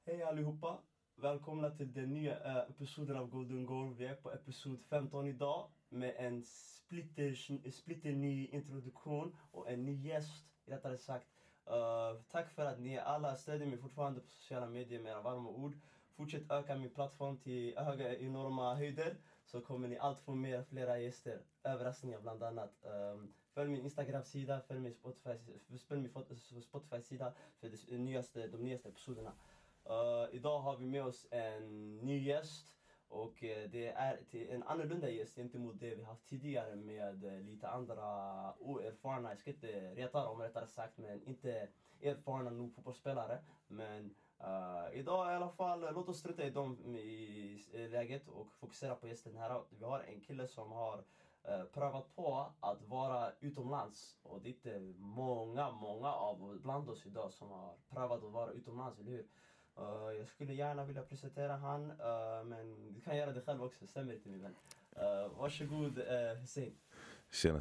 Hej allihopa! Välkomna till den nya episoden av Golden Goal. Vi är på episod 15 idag med en splitter ny introduktion och en ny gäst, rättare sagt. Tack för att ni alla stödjer mig fortfarande på sociala medier med era varma ord. Fortsätt öka min plattform till höga enorma höjder, så kommer ni allt få flera gäster, överraskningar bland annat. Följ min Instagram-sida, följ min Spotify-sida för de nyaste episoderna. Idag har vi med oss en ny gäst, och det är en annorlunda gäst gentemot det vi haft tidigare med lite andra oerfarna, jag ska inte reta dem rättare sagt, men inte erfarna nog fotbollsspelare. Men idag i alla fall, låt oss strunta i dem i läget och fokusera på gästen här. Vi har en kille som har prövat på att vara utomlands, och det är inte många av bland oss idag som har prövat att vara utomlands, eller hur? Jag skulle gärna vilja presentera han, men du kan göra det själv också, stämmer inte min vän. Varsågod Hussein. Tjena.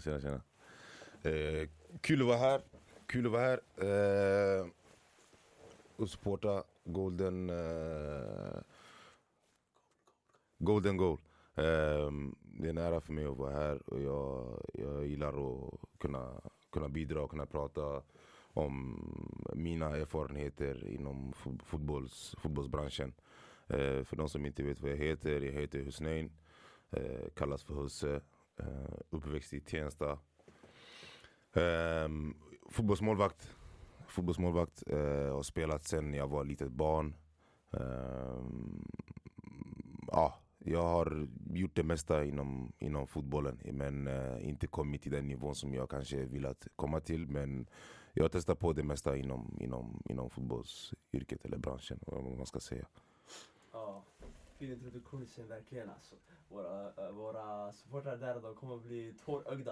Kul att vara här. Och supporta Golden Goal. Det är en ära för mig att vara här, och jag gillar att kunna bidra och kunna prata om mina erfarenheter inom fotbollsbranschen. För de som inte vet vad jag heter Hussein, kallas för Husse, uppväxt i Tensta. Fotbollsmålvakt, har spelat sen jag var litet barn. Jag har gjort det mesta inom fotbollen, men inte kommit till den nivån som jag kanske vill att komma till. Men jag har testat på det mesta inom fotbollsyrket eller branschen, vad man ska säga. Ja, fin introduktion sen verkligen alltså. Våra supportrar där, de kommer att bli tårögda.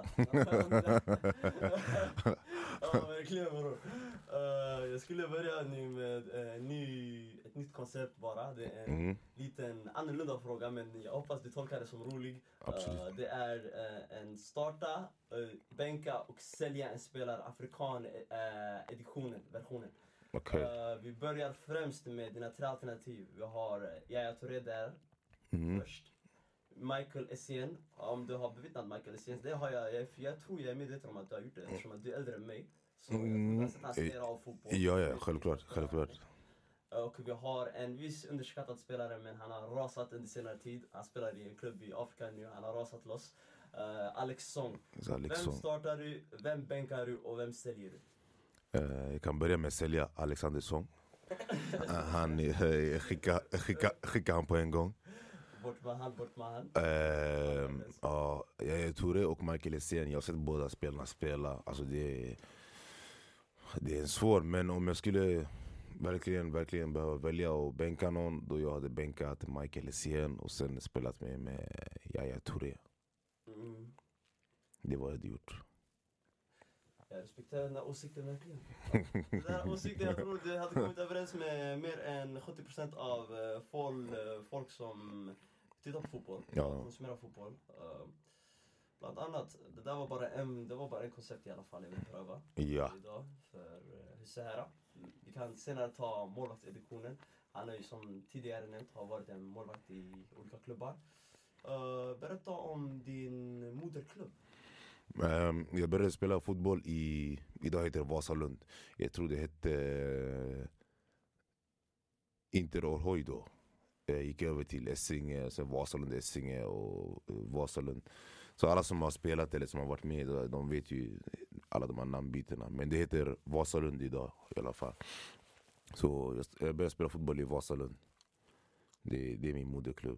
Ja, verkligen bror. Jag skulle börja nu med ett nytt koncept bara. Det är en liten annorlunda fråga, men jag hoppas du tolkar det som rolig. Absolut. Det är en starta, bänka och sälja en spelare, versionen. Okay. Vi börjar främst med dina 3 alternativ. Vi har Yaya Touré där först. Michael Essien, om du har bevittnat Michael Essien, det har jag tror jag är medveten om att du har gjort det, eftersom att du är äldre än mig. Så jag tror att han ser av fotboll. Ja, självklart. Och vi har en viss underskattad spelare, men han har rasat under senare tid. Han spelar i en klubb i Afrika nu, han har rasat loss. Alex Song. Vem startar du, vem bänkar du och vem säljer du? Jag kan börja med att sälja Alexander Song. Han skickar han på en gång. Bort med han. Jag Touré och Michael Essien, jag har sett båda spelarna spela. Alltså det är en svår, men om jag skulle verkligen behöva välja och bänka någon, då jag hade bänkat Michael Essien och sen spelat med Yaya Touré. Det var det gjort. Jag respekterar den där åsikten verkligen. Den där åsikten, jag tror du hade kommit överens med mer än 70% av folk som tittar på fotboll, konsumerar fotboll. Bland annat, det var bara en koncept i alla fall jag vill pröva idag för Hussein. Vi kan senare ta målvaktseditionen. Han är ju som tidigare nämnt har varit en målvakt i olika klubbar. Berätta om din moderklubb. Jag började spela fotboll idag heter det Vasalund. Jag tror det hette Inter Orhoi då. Jag gick över till Essinge, så Vasalund, Essinge och Vasalund. Så alla som har spelat eller som har varit med, de vet ju alla de här namnbytena. Men det heter Vasalund idag i alla fall. Så jag började spela fotboll i Vasalund. Det är min moderklubb.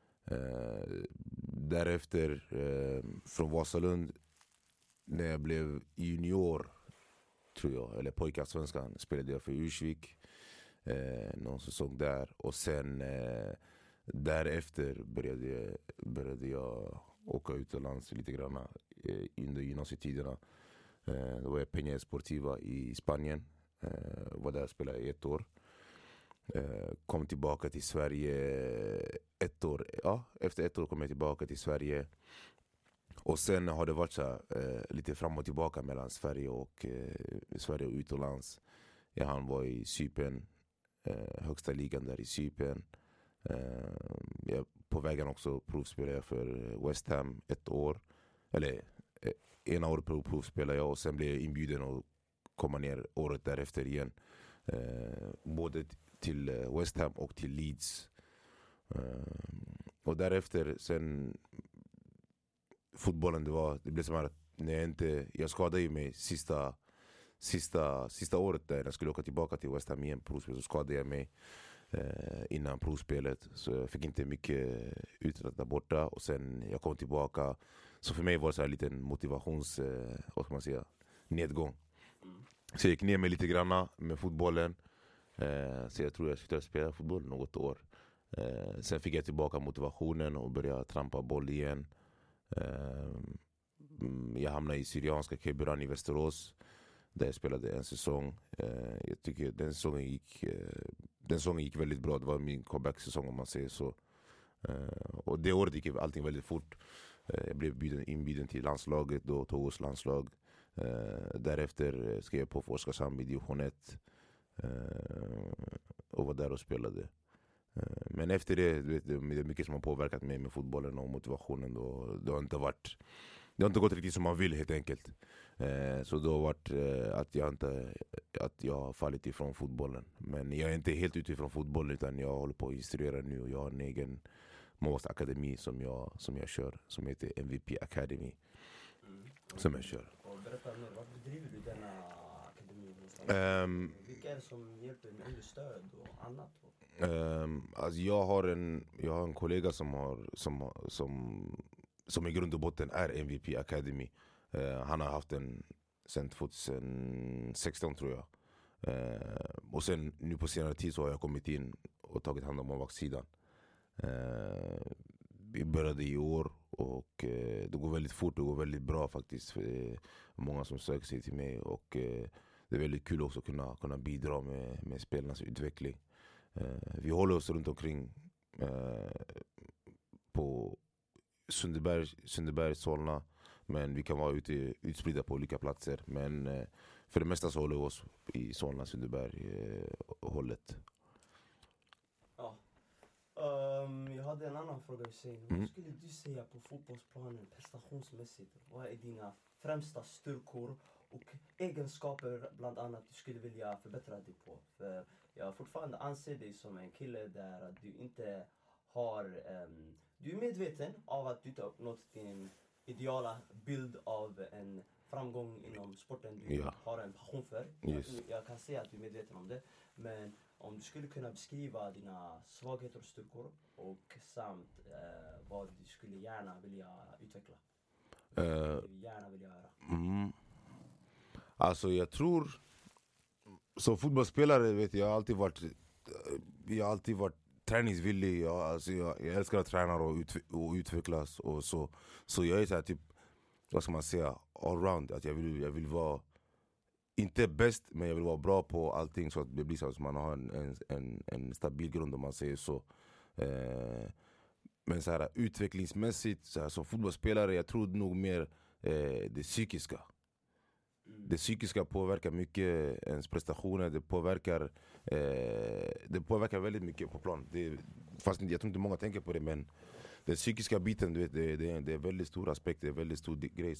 Därefter från Vasalund, när jag blev junior, tror jag, eller pojkarsvenskan, spelade jag för Ursvik någon säsong där. Och sen därefter började jag åka utomlands lite grann under gymnasietiderna. Då var jag Peña Esportiva i Spanien, var där och spelade 1 år. Kom tillbaka till Sverige 1 år. Ja, efter 1 år kom jag tillbaka till Sverige. Och sen har det varit så lite fram och tillbaka mellan Sverige och utomlands. Han var i Cypern högsta ligan där i Cypern. På vägen också provspelade jag för West Ham ett år. Eller ena året provspelade jag och sen blev jag inbjuden att komma ner året därefter igen. Både till West Ham och till Leeds. Och därefter sen fotbollen, det blev som att när jag skadade mig sista året där jag skulle åka tillbaka till West Ham igen provspel, så skadade jag mig innan provspelet, så jag fick inte mycket uträtta borta och sen jag kom tillbaka, så för mig var det så här liten motivations vad ska man säga, nedgång. Så jag gick ner mig lite granna med fotbollen, så jag tror jag skulle spela fotboll något år. Sen fick jag tillbaka motivationen och började trampa boll igen. Jag hamnade i Syrianska Keburan i Västerås där jag spelade en säsong. Jag tycker den säsongen gick väldigt bra. Det var min comeback-säsong om man säger så. Och det året gick allting väldigt fort. Jag blev inbjuden till landslaget, då Togos landslag. Därefter skrev jag på för Oskarshamn i division 1 och var där och spelade. Men efter det, det är mycket som har påverkat mig med fotbollen och motivationen. Det har inte gått riktigt som man vill helt enkelt. Så då har varit att jag har fallit ifrån fotbollen. Men jag är inte helt ute ifrån fotbollen, utan jag håller på att instruera nu och jag har en egen målvaktsakademi som jag kör, som heter MVP Academy. Som jag kör. Och berätta mer, varför bedriver du denna akademi? Vilka är det som hjälper med understöd och annat? Alltså jag har en kollega som i grund och botten är MVP Academy. Han har haft den sedan 2016 tror jag. Och sen nu på senare tid så har jag kommit in och tagit hand om målvaktssidan. Vi började i år och det går väldigt fort, det går väldigt bra faktiskt. Många som söker sig till mig och det är väldigt kul också att kunna bidra med spelarnas utveckling. Vi håller oss runt omkring på Sundbyberg, Solna, men vi kan vara utspridda på olika platser. Men för det mesta så håller vi oss i Solna, Sundbyberg hållet. Ja. Jag hade en annan fråga Hussein. Vad skulle du säga på fotbollsplanen prestationsmässigt? Vad är dina främsta styrkor och egenskaper bland annat du skulle vilja förbättra dig på? För jag fortfarande anser dig som en kille där du inte har... du är medveten av att du inte har uppnått din ideala bild av en framgång inom sporten du har en passion för. Yes. Jag kan säga att du är medveten om det. Men om du skulle kunna beskriva dina svagheter och styrkor och samt vad du skulle gärna vilja utveckla. Gärna vilja göra. Alltså jag tror, som fotbollsspelare vet jag har alltid varit träningsvillig. Jag älskar att träna och utvecklas och så. Så jag är så här typ, vad ska man säga, allround. Att jag vill vara inte bäst, men jag vill vara bra på allting så att det blir så att man har en stabil grund om man säger så. Men så här utvecklingsmässigt så här, som fotbollsspelare, jag tror nog mer det psykiska. Det psykiska påverkar mycket ens prestationer. Det påverkar väldigt mycket på plan. Fast jag tror inte många tänker på det, men den psykiska biten, du vet, det är en väldigt stor aspekt. Det är en väldigt stor grej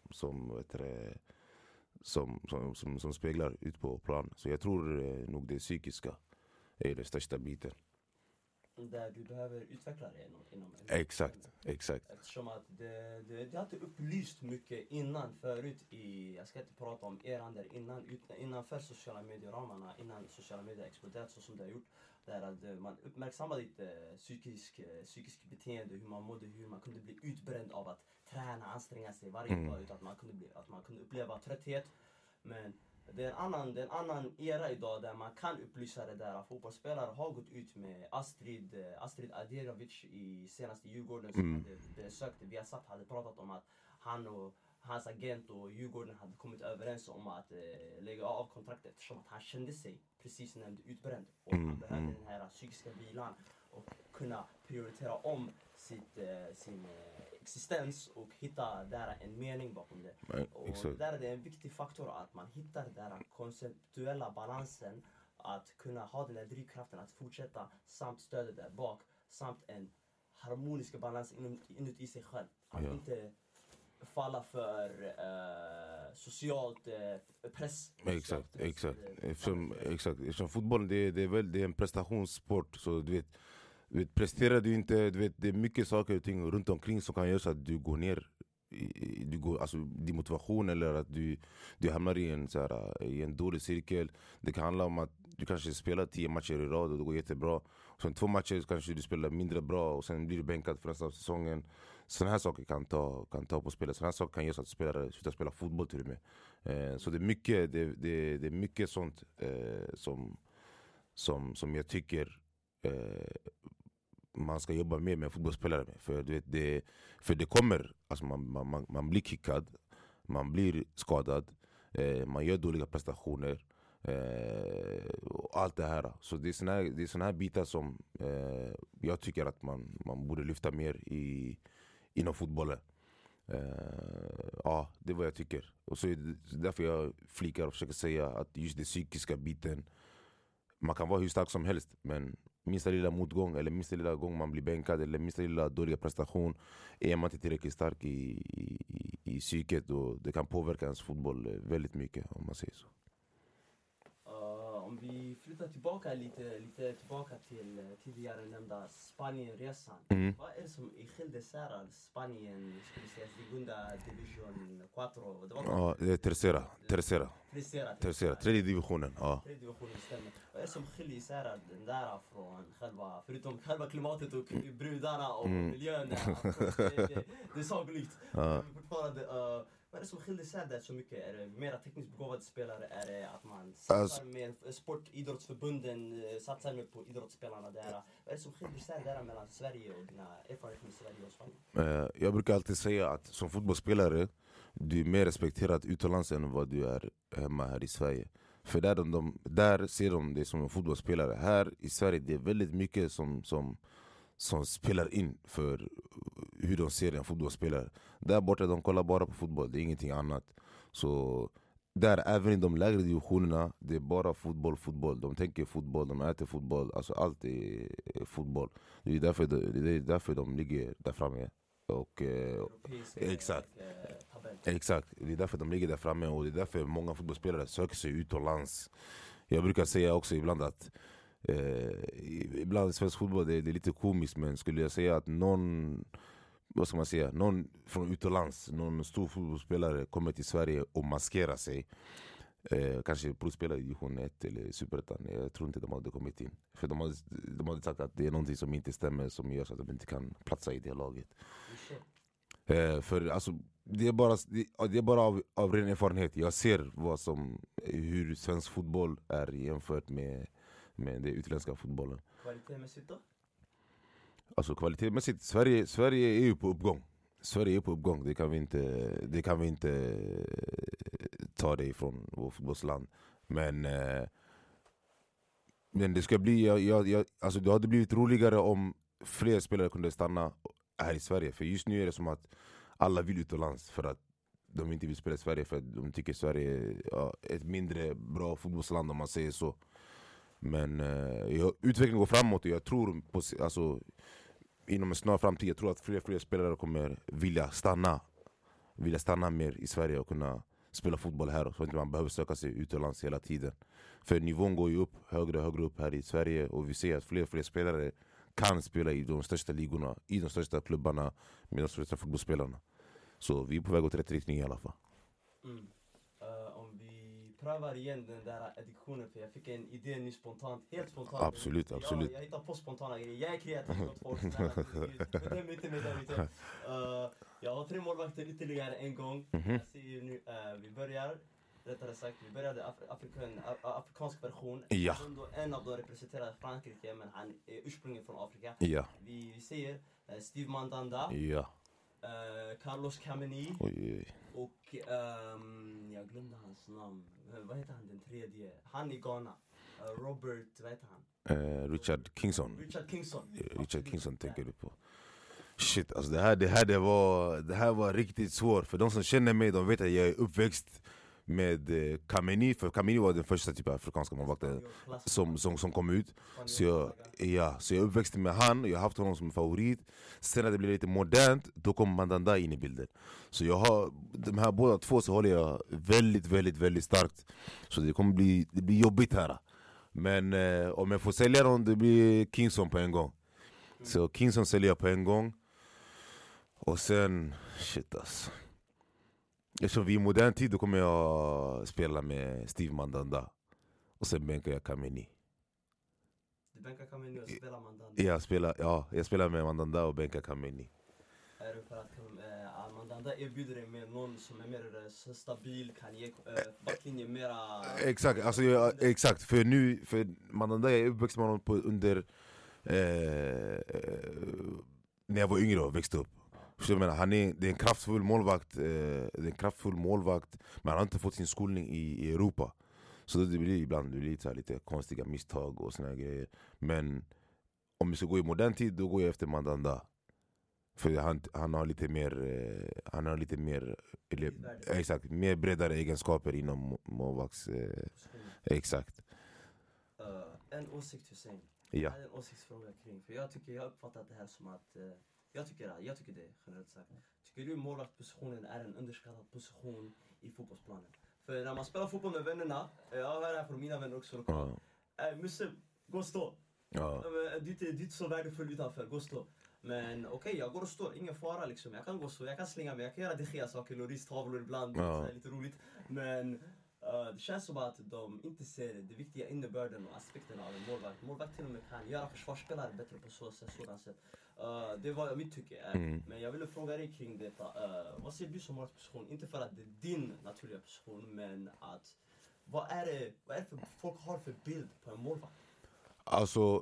som speglar ut på plan. Så jag tror nog det psykiska är den största biten. Där du behöver utveckla det inom Exakt. Eftersom att det har inte upplyst mycket innan förut jag ska inte prata om eran där innanför sociala medieramarna, innan sociala medier exploderat så som det har gjort. Där att man uppmärksammade lite psykisk beteende, hur man mådde, hur man kunde bli utbränd av att träna, anstränga sig varje dag utan att man kunde uppleva trötthet. Men det är en annan era idag där man kan upplysa det där. Fotbollsspelare har gått ut med Astrid Adjerovic i senaste Djurgården som hade besökt Viasat, hade pratat om att han och hans agent och Djurgården hade kommit överens om att lägga av kontraktet eftersom att han kände sig precis utbränd och han behövde den här psykiska bilan och kunna prioritera om sin existens och hitta där en mening bakom det. Och där är det en viktig faktor att man hittar den där konceptuella balansen att kunna ha den där drivkraften att fortsätta samt stödet där bak samt en harmonisk balans inuti sig själv. Att inte falla för socialt press. Exakt. Eftersom fotboll det är en prestationssport, så du vet presterar du inte, du vet det är mycket saker och ting runt omkring som kan göra så att du går ner, alltså din motivation, eller att du hamnar i en dålig cirkel. Det kan handla om att du kanske spelar 10 matcher i rad och det går jättebra. Sen 2 matcher kanske du spelar mindre bra och sen blir du bänkad för resten av säsongen. Sådana här saker kan ta på spelet. Sådana här saker kan göra så att spelare slutar spela fotboll till och med. Så det är mycket sånt som jag tycker man ska jobba med fotbollsspelare med. För det kommer, alltså man blir kickad, man blir skadad, man gör dåliga prestationer, och allt det här. Så det är såna här bitar som jag tycker att man borde lyfta mer inom fotbollen. Ja, det är vad jag tycker. Och så är det därför jag flikar och försöker säga att just den psykiska biten, man kan vara hur stark som helst, men minsta lilla motgång eller minsta lilla gång man blir bänkad eller minsta lilla dåliga prestation, är man inte tillräckligt stark i psyket, och det kan påverka ens fotboll väldigt mycket, om man säger så. Om vi flyttar tillbaka lite tillbaka till tidigare nämnda Spanienresan. Vad är det som skilde sär Spanien, skulle säga, Segunda Division 4? Det är Tercera, tredje divisionen. Ja. Tredje divisionen, stämmer. Vad är det som skiljer sär den där från förutom själva klimatet och brudarna och miljön? Det är sagolikt. Fortfarande, vad är det som skiljer sig där så mycket? Är det mera tekniskt begåvade spelare? Är det att man satsar med idrottsförbunden, satsar med på idrottsspelarna där? Vad är det som skiljer sig där mellan Sverige och dina erfarenheter med Sverige och Spanien? Jag brukar alltid säga att som fotbollsspelare, du är mer respekterad utomlands än vad du är hemma här i Sverige. För där ser de det som en fotbollsspelare. Här i Sverige det är väldigt mycket som spelar in för hur de ser en fotbollsspelare. Där borta de kollar bara på fotboll, det är ingenting annat. Så där även i de lägre divisionerna, det är bara fotboll. De tänker fotboll, de äter fotboll, alltså allt är fotboll. Det är därför de ligger där framme. Och exakt, det är därför de ligger där framme, och det är därför många fotbollsspelare söker sig utomlands. Jag brukar säga också ibland att ibland i svensk fotboll det är lite komiskt, men skulle jag säga att någon från utomlands, någon stor fotbollsspelare kommer till Sverige och maskerar sig, kanske provspelare i division 1 eller Superettan, jag tror inte de hade kommit in. För de hade sagt att det är någonting som inte stämmer, som gör så att de inte kan platsa i det laget. För alltså, det är bara av ren erfarenhet. Jag ser hur svensk fotboll är jämfört med den utländska fotbollen. Kvalitetmässigt då? Alltså kvalitetmässigt, Sverige är ju på uppgång. Det kan vi inte ta det ifrån vår fotbollsland. Men det ska bli, alltså det hade blivit roligare om fler spelare kunde stanna här i Sverige. För just nu är det som att alla vill utomlands för att de inte vill spela i Sverige, för att de tycker Sverige är ett mindre bra fotbollsland, om man säger så. Men utvecklingen går framåt, och jag tror på, inom en snar framtid, jag tror att fler spelare kommer vilja stanna mer i Sverige och kunna spela fotboll här, så att man behöver söka sig utomlands hela tiden. För nivån går ju upp, högre upp här i Sverige, och vi ser att fler spelare kan spela i de största ligorna, i de största klubbarna med de största fotbollsspelarna. Så vi är på väg åt rätt riktning i alla fall. Om vi prövar igen den där addiktionen, för jag fick en idé nu helt spontant. Absolut. Jag hittar på spontana grejer. Jag är kreativ åt folk. Jag har 3 målvakter ytterligare en gång. Jag ser nu, vi började afrikansk version. Ja. En av dem representerar Frankrike, men han är ursprungligen från Afrika. Ja. Vi ser Steve Mandanda. Ja. Carlos Kameni. Oj. Och jag glömde hans namn. Vad heter han den tredje? Han i Ghana. Robert, vad heter han? Richard Kingston. Richard Kingston tänker du på. Shit, alltså det här var riktigt svårt. För de som känner mig, de vet att jag är uppväxt med Kameni, för Kameni var den första typ av afrikanska målvakten som kom ut. Så jag uppväxte med han, jag har haft honom som favorit. Sen när det blev lite modernt, då kom Mandanda in i bilden. Så jag har, de här båda två så håller jag väldigt, väldigt, väldigt starkt. Så det kommer det blir jobbigt här. Men om jag får sälja någon, det blir Kingston på en gång. Så Kingston säljer jag på en gång. Och sen, shit alltså. Eftersom vi är i modern tid, då kommer jag spela med Steve Mandanda. Och sen bänkar jag Kameni. Du bänkar Kameni och spelar Mandanda? Jag spelar med Mandanda och bänkar Kameni. Är det för att Mandanda erbjuder dig med någon som är mer stabil, kan ge backlinjen mera... Exakt, alltså exakt. För Mandanda, jag är uppväxt med honom under... när jag var yngre och växte upp. Det är en kraftfull målvakt, men han har inte fått sin skolning i Europa. Så det blir ibland lite konstiga misstag och såna grejer. Men om vi ska gå i modern tid, då går jag efter Mandanda. För han har lite mer exakt, mer bredare egenskaper inom målvakts exakt. En åsikt Hussein. Ja. En åsiktsfråga kring, för jag har uppfattat det här som att jag tycker det generellt sagt. Tycker du målvaktspositionen är en underskattad position i fotbollsplanen? För när man spelar fotboll med vännerna, jag hör det här från mina vänner också. Musse, gå och stå. Du är inte så värdefull utanför, gå och stå. Men okej, jag går och står, ingen fara liksom. Jag kan gå så, jag kan slänga mig, jag kan göra det saker, Loris-tavlor ibland, lite roligt. Men det känns som att de inte ser det viktiga innebörden och aspekterna av en målvakt. Målvakt till och med kan göra försvarsspelare bättre på sådant sätt. Det var mitt tycke är. Men jag ville fråga dig kring detta. Vad ser du som målvaktsposition? Inte för att det är din naturliga position, men att vad är det för folk har för bild på en målvakt? Alltså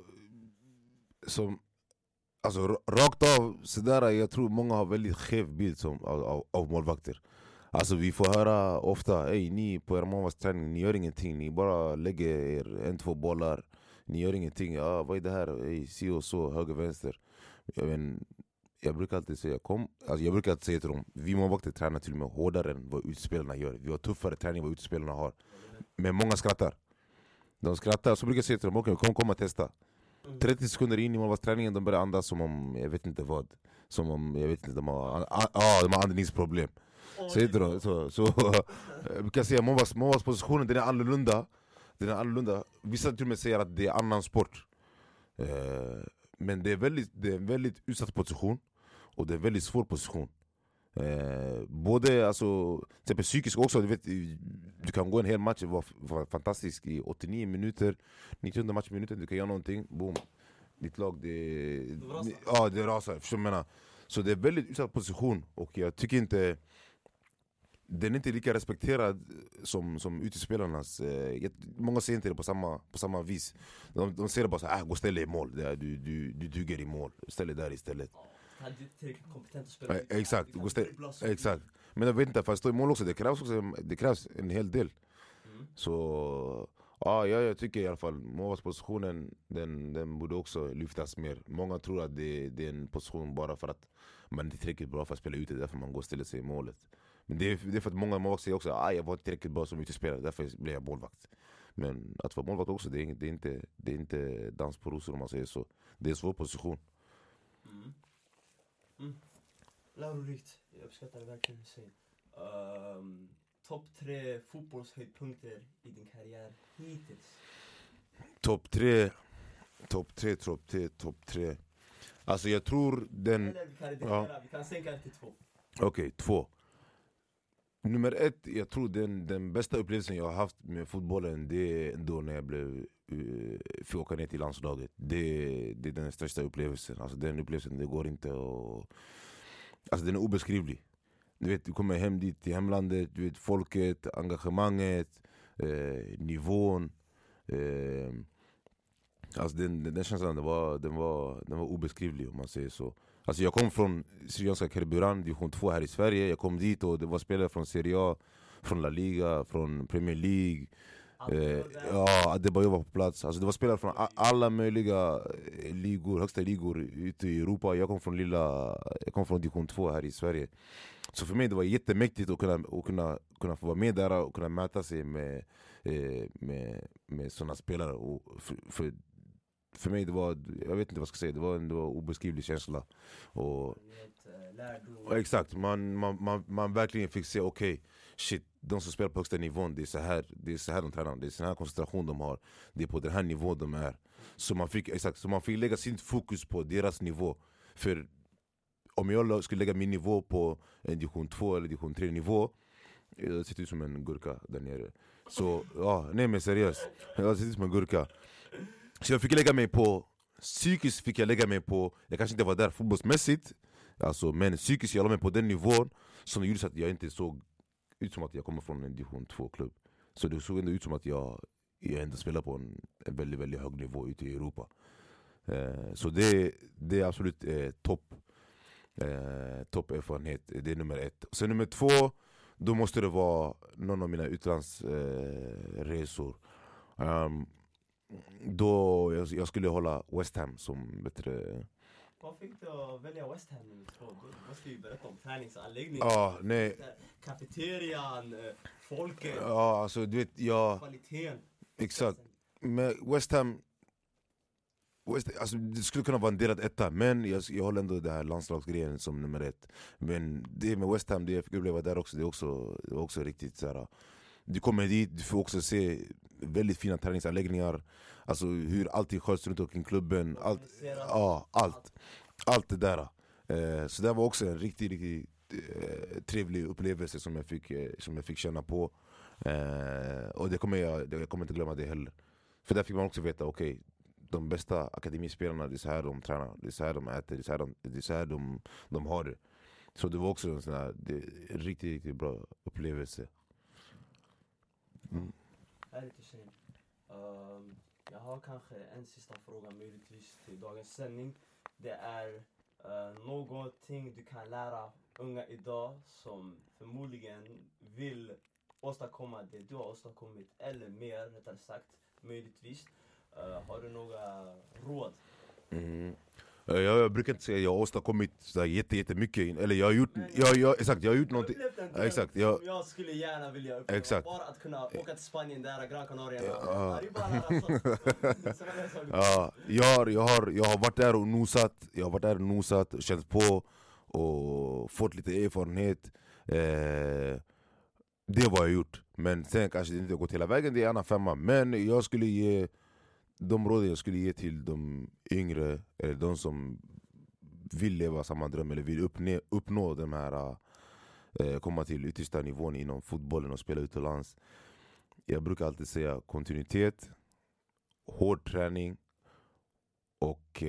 rakt av sådär, jag tror många har väldigt skev bild av målvakter. Alltså vi får höra ofta, ni på er målvaktsträning, ni gör ingenting, ni bara lägger er 1-2 bollar, ni gör ingenting, vad är det här, si och så, höger, vänster. Jag brukar alltid säga till dem, vi målvakter tränar till och med hårdare än vad utspelarna gör. Vi har tuffare träning än vad utspelarna har. Men många skrattar. De skrattar, så brukar jag säga till dem, okej, kom och testa. 30 sekunder in i målvaktsträningen, de börjar andas som om, jag vet inte vad. Som om, jag vet inte, de har andningsproblem. Så vi kan säga målvaktspositionen, den är annorlunda. Vissa till och med säger att det är annan sport. Men det är en väldigt utsatt position. Och det är en väldigt svår position. Både alltså, till exempel psykiskt också, du kan gå en hel match och vara fantastisk i 89 minuter, 90 matchminuten, du kan göra någonting, boom, ditt lag det rasar, förstår du menar. Så det är en väldigt utsatt position, och jag tycker inte den är inte lika respekterad som utespelarnas. Många ser inte det på samma vis. De ser det bara så här, gå och ställ dig i mål, du duger i mål, ställ dig där istället. Han är inte tillräckligt kompetent att spela. Exakt. Men jag vet inte, för att stå i mål också, det krävs en hel del. Så jag tycker i alla fall målvaktspositionen, den borde också lyftas mer. Många tror att det är en position bara för att man inte är tillräckligt bra för att spela ute, därför man går och ställer sig i målet. Men det är för att många målvakter säger också jag var inte tillräckligt bra som utespelare, därför blev jag målvakt. Men att vara målvakt också, det är inte dans på rosor om man säger så. Det är en svår position. Lärorikt, jag uppskattar det verkligen Hussein. Topp 3 fotbollshöjdpunkter i din karriär hittills? Topp 3. Alltså jag tror den... Eller vi kan sänka det till 2. Okej, 2. Nummer 1, jag tror den bästa upplevelsen jag har haft med fotbollen, det är ändå när jag fick åka ner till landslaget. Det är den största upplevelsen. Alltså den upplevelsen, det går inte att... Alltså den är obeskrivlig. Du kommer hem dit till hemlandet, du vet, folket, engagemanget, nivån. Alltså den känslan, den var obeskrivlig om man säger så. Alltså jag kom från Syrianska Kerburan, division 2 här i Sverige. Jag kom dit och det var spelare från Serie A, från La Liga, från Premier League. Ja, Adebayor var på plats. Alltså det var spelare från alla möjliga ligor, högsta ligor ute i Europa. Jag kom från division 2 här i Sverige. Så för mig det var jättemäktigt att kunna få vara med där och kunna möta sig med sådana spelare. Och för mig det var, jag vet inte vad jag ska säga, det var en obeskrivlig känsla. Och exakt, man verkligen fick se, okej, shit, de som spelar på högsta nivån, det är så här de tränar, det är så här koncentration de har, det är på den här nivån de är. Så man fick lägga sin fokus på deras nivå. För om jag skulle lägga min nivå på en division 2 eller division 3 nivå, jag ser ut som en gurka där nere. Så ja, nej men seriöst, jag ser ut som en gurka. Så jag fick lägga mig på, psykiskt fick jag lägga mig på, jag kanske inte var där fotbollsmässigt, alltså, men psykiskt jag la mig på den nivån som gjorde så att jag inte såg ut som att jag kommer från en division 2-klubb. Så det såg ändå ut som att jag ändå spelar på en väldigt, väldigt hög nivå ute i Europa. Så det är absolut topp erfarenhet, det är nummer 1. Sen nummer 2, då måste det vara någon av mina utlandsresor. Då jag skulle hålla West Ham som bättre. Vad fick du att välja West Ham nu? Du måste ju berätta om träningsanläggningen. Ja, nej. Kafeterian, folket. Ja, alltså du vet, kvaliteten. Exakt. Men West Ham, alltså det skulle kunna vara en delad etta, men jag håller ändå det här landslagsgrejen som nummer 1. Men det med West Ham, det jag fick uppleva där också, det var också riktigt så här. Du kommer dit, du får också se väldigt fina träningsanläggningar, alltså hur allting sköts runt omkring klubben, allt det där. Så det var också en riktigt trevlig upplevelse som jag fick känna på. Och jag kommer inte glömma det heller. För där fick man också veta, okej, de bästa akademispelarna, det är så här de tränar, det är så här de äter, det är så här de har det. Så det var också en sån här riktigt bra upplevelse. Härligt att se. Jag har kanske en sista fråga möjligtvis till dagens sändning. Det är någonting du kan lära unga idag som förmodligen vill åstadkomma det du har åstadkommit, eller mer rättare sagt, möjligtvis. Har du några råd? Jag brukar inte säga att jag har åstadkommit så jättemycket, eller jag har gjort, jag har gjort någonting. Exakt, jag skulle gärna vilja uppleva. Exakt. Bara att kunna åka till Spanien, där Gran Canaria. Jag har varit där och nosat, känt på och fått lite erfarenhet. Det var jag gjort. Men sen kanske det inte gått hela vägen, det är en annan femma. Men jag skulle ge de råd jag skulle ge till de yngre, eller de som vill leva samma dröm eller vill uppnå de här, komma till yttersta nivån inom fotbollen och spela utomlands. Jag brukar alltid säga kontinuitet, hård träning och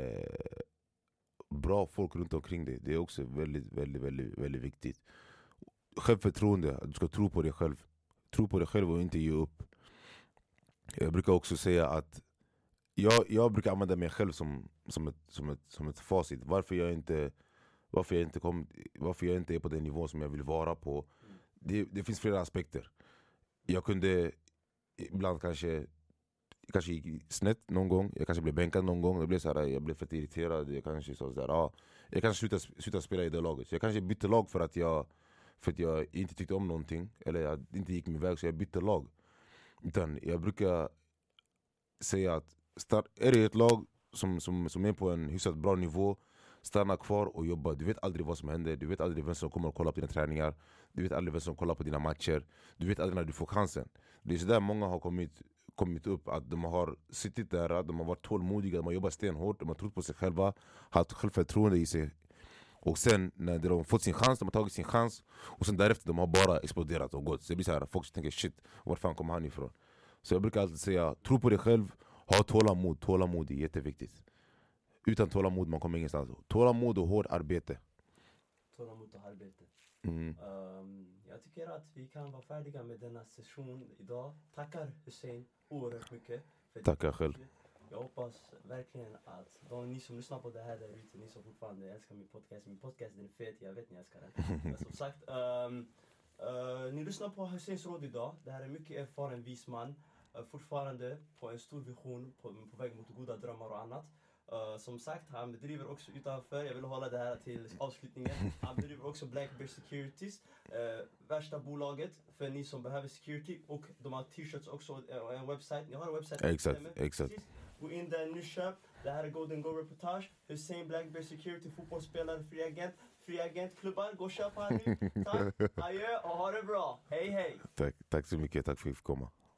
bra folk runt omkring dig. Det är också väldigt, väldigt, väldigt, väldigt viktigt. Självförtroende, du ska tro på dig själv. Tro på dig själv och inte ge upp. Jag brukar också säga att jag brukar använda mig själv som ett facit. Varför jag inte är på den nivån som jag vill vara på. Det finns flera aspekter. Jag kunde ibland kanske gick snett någon gång. Jag kanske blev bänkad någon gång. Jag blev för irriterad. Jag kanske jag kanske sluta spela i det laget. Så jag kanske bytte lag för att jag inte tyckte om någonting, eller jag inte gick min väg, så jag bytte lag. Utan jag brukar säga att är det ett lag som är på en hyfsat bra nivå, stanna kvar och jobba. Du vet aldrig vad som händer. Du vet aldrig vem som kommer att kolla på dina träningar. Du vet aldrig vem som kollar på dina matcher. Du vet aldrig när du får chansen. Det är så där många har kommit upp, att de har suttit där, de har varit tålmodiga, de har jobbat stenhårt, de har trott på sig själva, haft självförtroende i sig. Och sen när de har fått sin chans, de har tagit sin chans, och sen därefter de har bara exploderat och gått. Så det blir så här, folk tänker shit, var fan kommer han ifrån? Så jag brukar alltid säga, tro på dig själv, ha tålamod. Tålamod är jätteviktigt. Utan tålamod man kommer ingenstans. Tålamod och hårt arbete. Tålamod och arbete. Jag tycker att vi kan vara färdiga med denna session idag. Tackar Hussein oerhört mycket. Tackar själv. Jag hoppas verkligen att ni som lyssnar på det här där ute, ni som fortfarande älskar min podcast den är fet, jag vet ni älskar den. Men som sagt, Ni lyssnar på Husseins råd idag. Det här är mycket erfaren vis man. Fortfarande på en stor vision, på väg mot goda drömmar och annat. Som sagt, han bedriver också utanför, jag vill hålla det här till avslutningen. Han bedriver också Black Bear Securities, värsta bolaget för ni som behöver security. Och de har t-shirts också och en webbsite. Ni har en webbsite? Exakt. Precis. Gå in där nu, köp. Det här är Golden Go Reportage. Hussein Black Bear Security, fotbollsspelare, fri agentklubbar. Gå och köp han nu. Tack, adjö och ha det bra. Hej hej. Tack så mycket, tack för att vi fick komma.